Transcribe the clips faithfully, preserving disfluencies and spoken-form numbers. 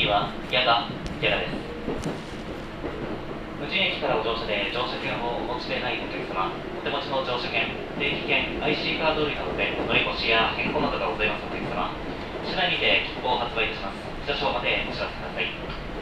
は矢賀ギャラです。無人駅からお乗車で乗車券をお持ちでないお客様、お手持ちの乗車券、定期券、アイシー カード類などで乗り越しや変更などがございますお客様、車内にて切符を発売いたします。車掌までお知らせください。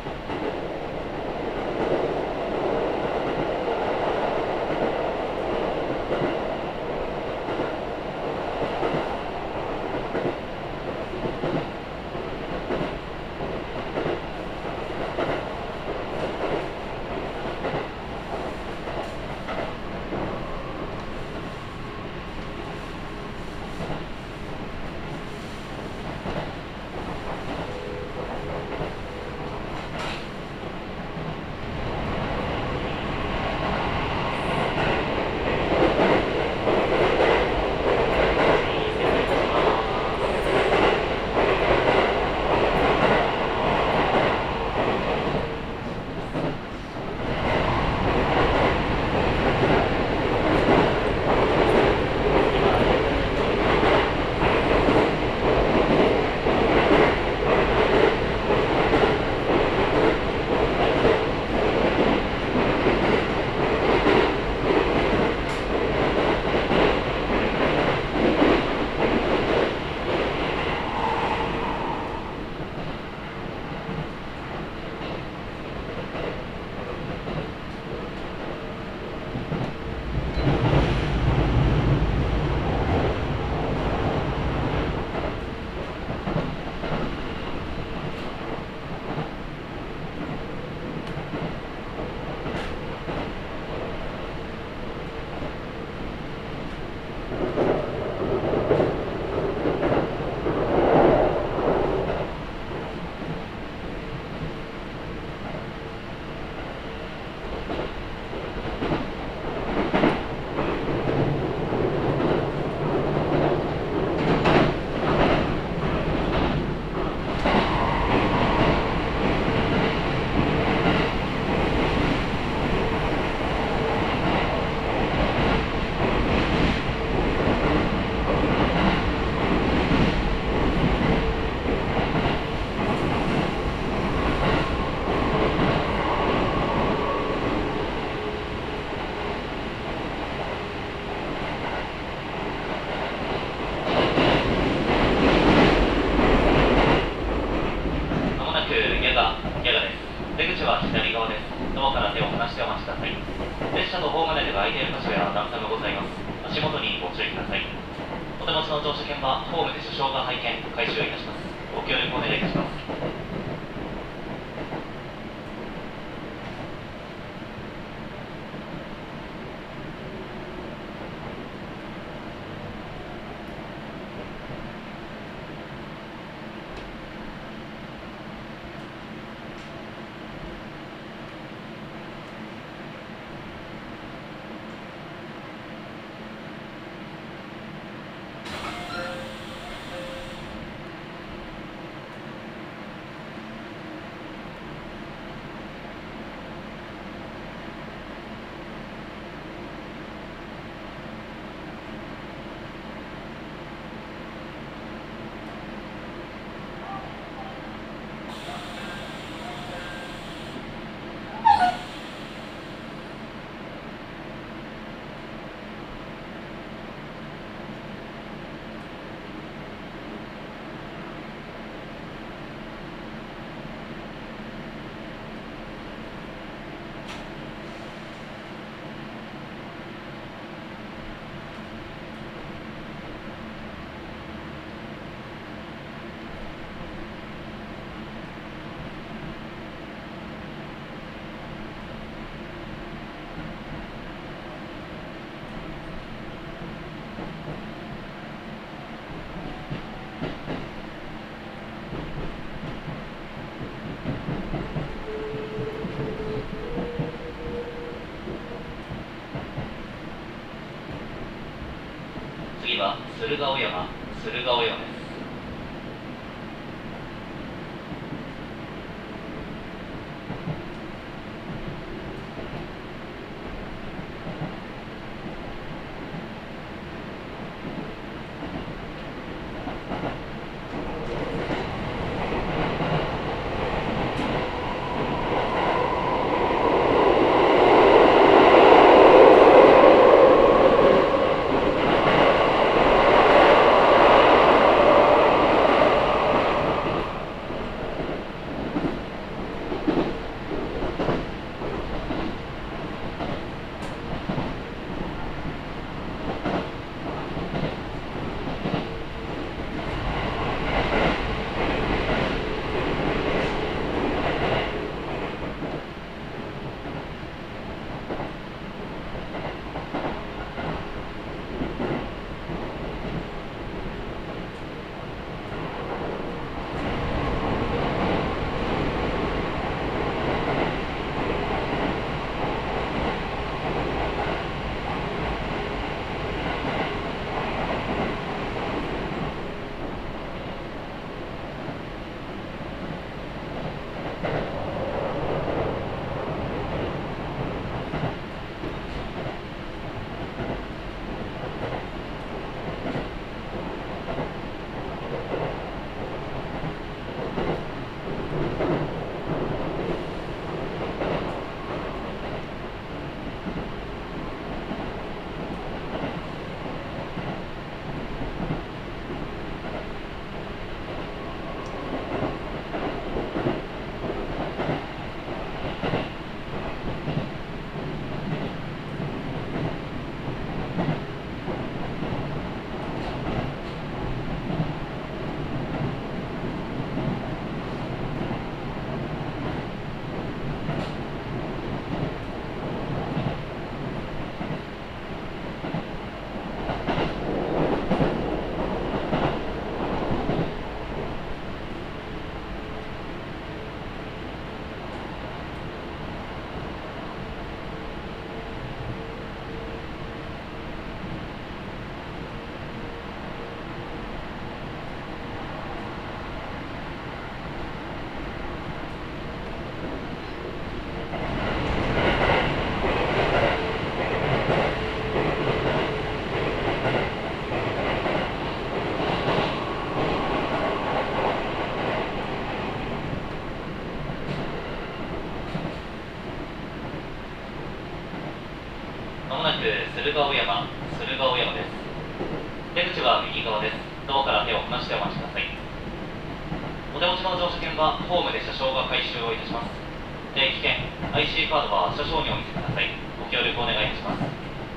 次は駿河尾山、駿河尾山です。 お待ちください。お手持ちの乗車券はホームで車掌が回収をいたします。定期券 アイシー カードは車掌にお見せください。ご協力お願いいたします。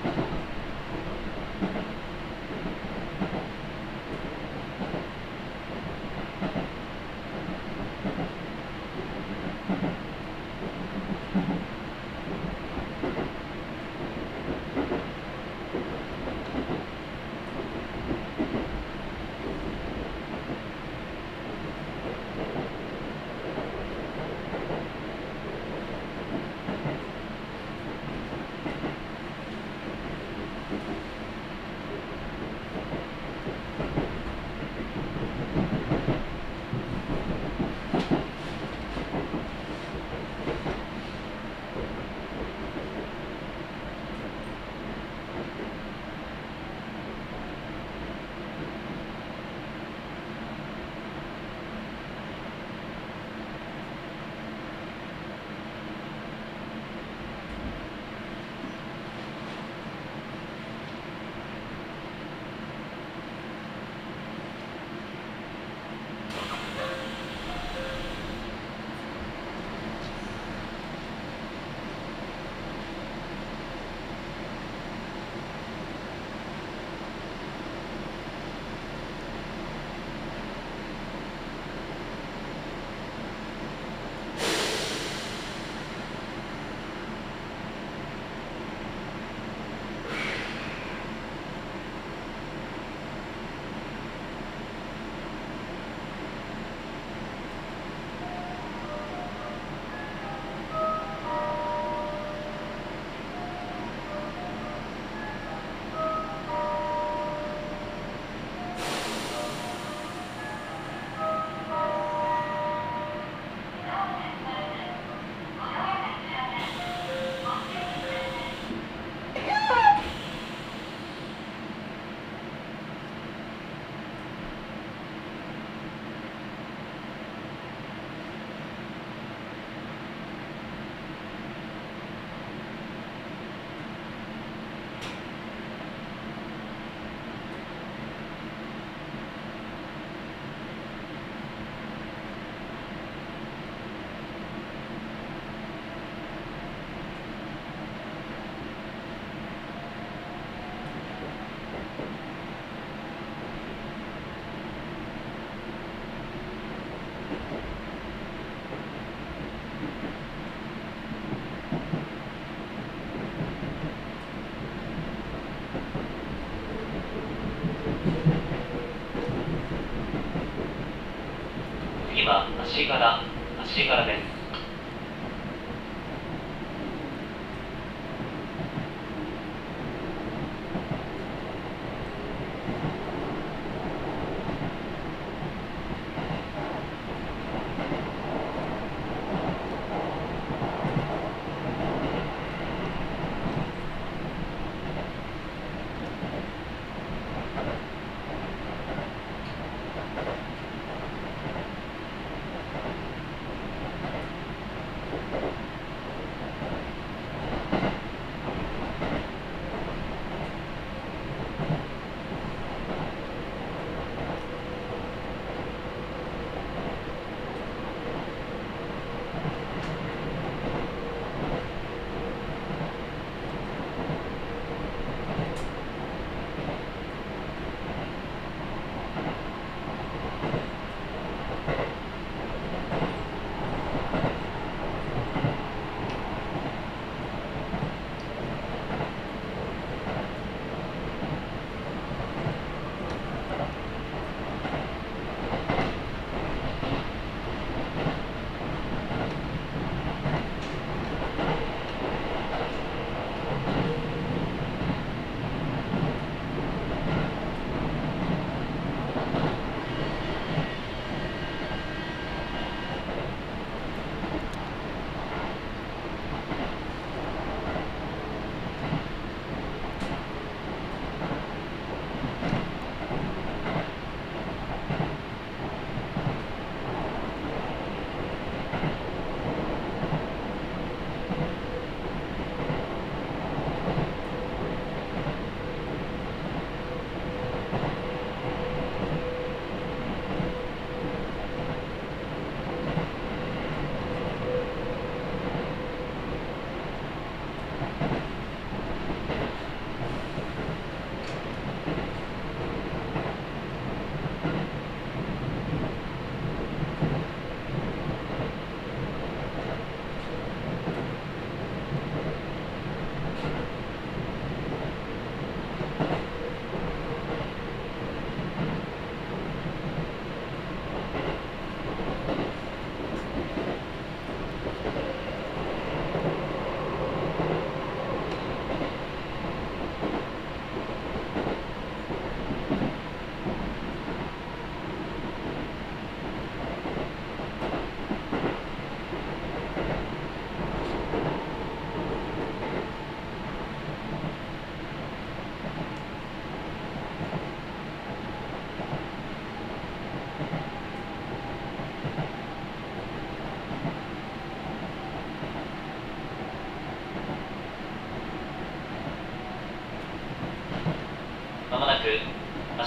次は足柄足柄です。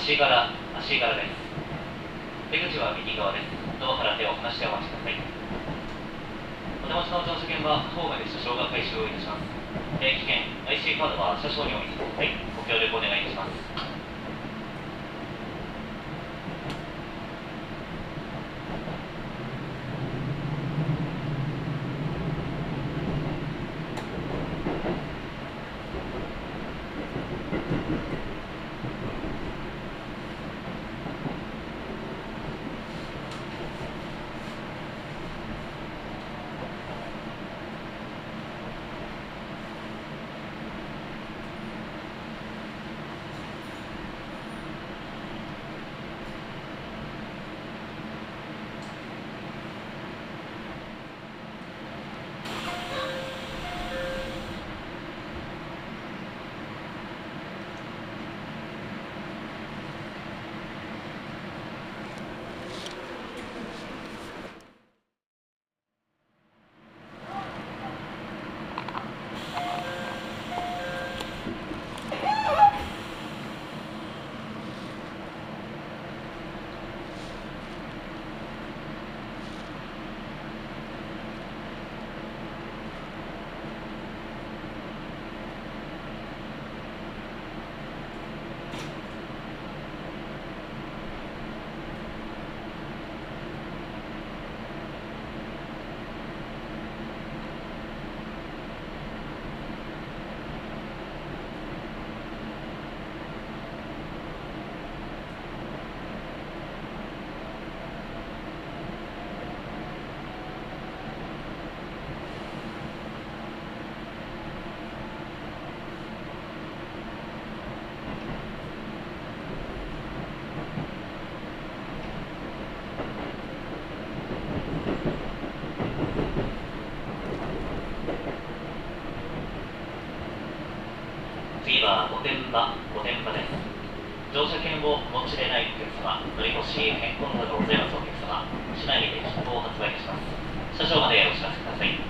足柄足柄です。出口は右側です。ドアから手を離してお待ちください。お手持ちの乗車券はホームで車掌が回収をいたします。定期券 アイシー カードは車掌にお見せください。ご協力お願いいたします。次は御殿場御殿場です。乗車券をお持ちでないお客様、乗り越し変更などございますお客様、市内で切符を発売いたします。車掌までお知らせください。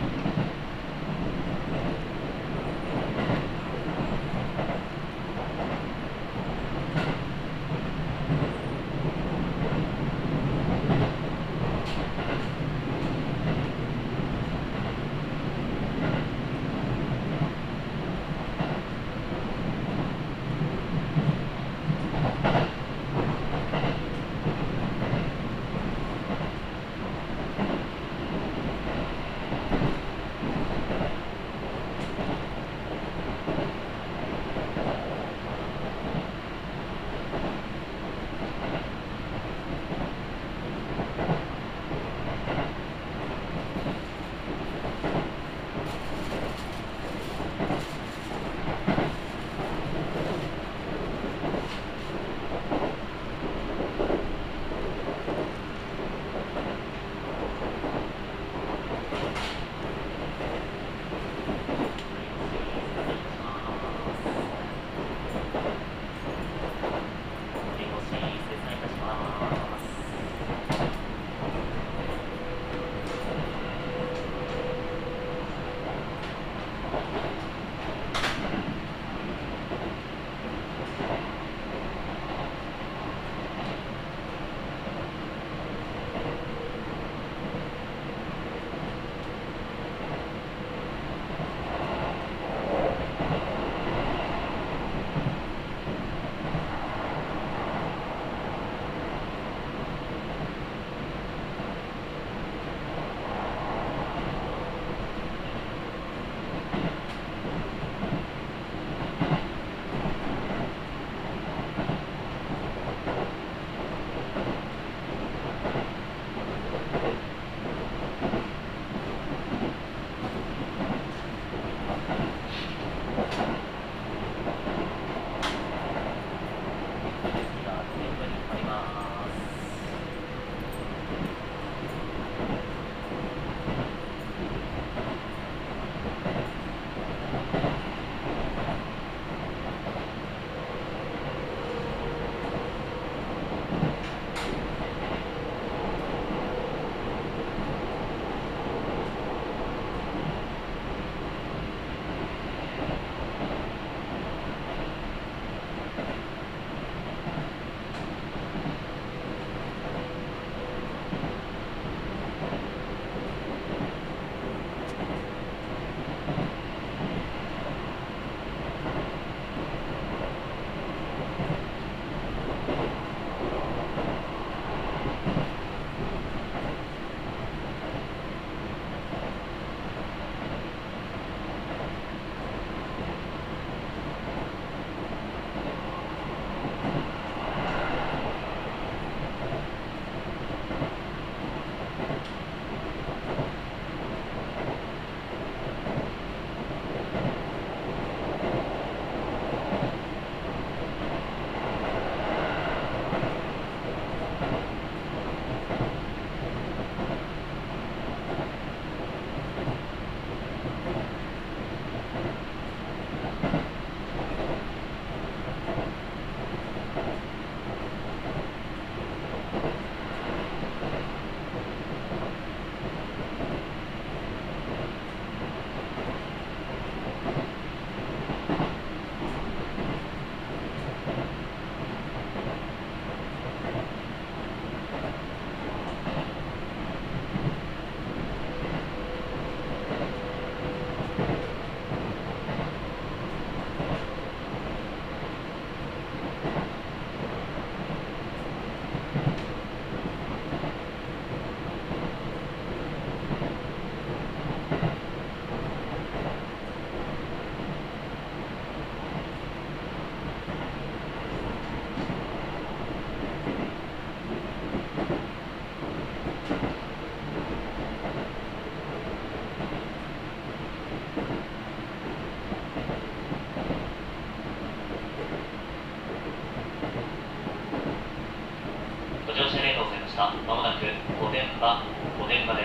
した。まもなく御殿場、御殿場です。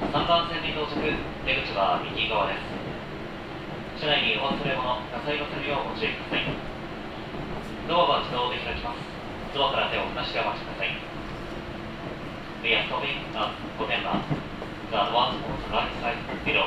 さんばん線に到着、出口は右側です。車内にお忘れ物、なさいませぬようご注意ください。ドアは自動で開きます。ドアから手を離してお待ちください。We are stopping at 御殿場。The doors on the right side below.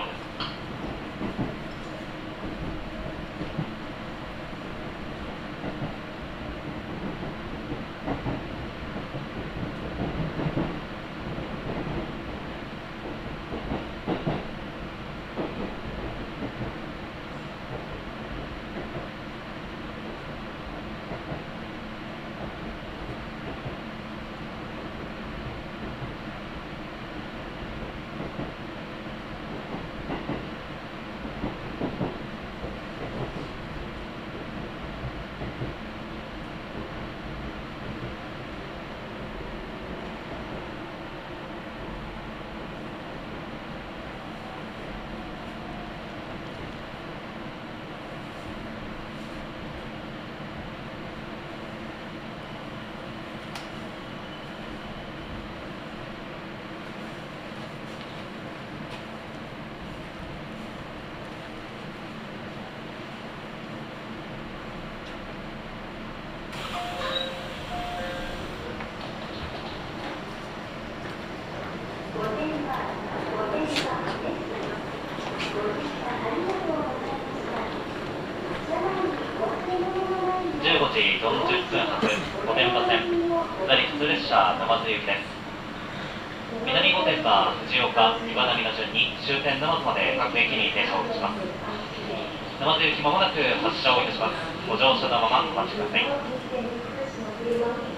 じゅうごじよんじゅっぷん発、御殿場線、下り普通列車沼津行きです。南御殿場、藤岡、岩波の順に終点沼津まで各駅に停車をいたします。沼津行きまもなく発車をいたします。ご乗車のままお待ちください。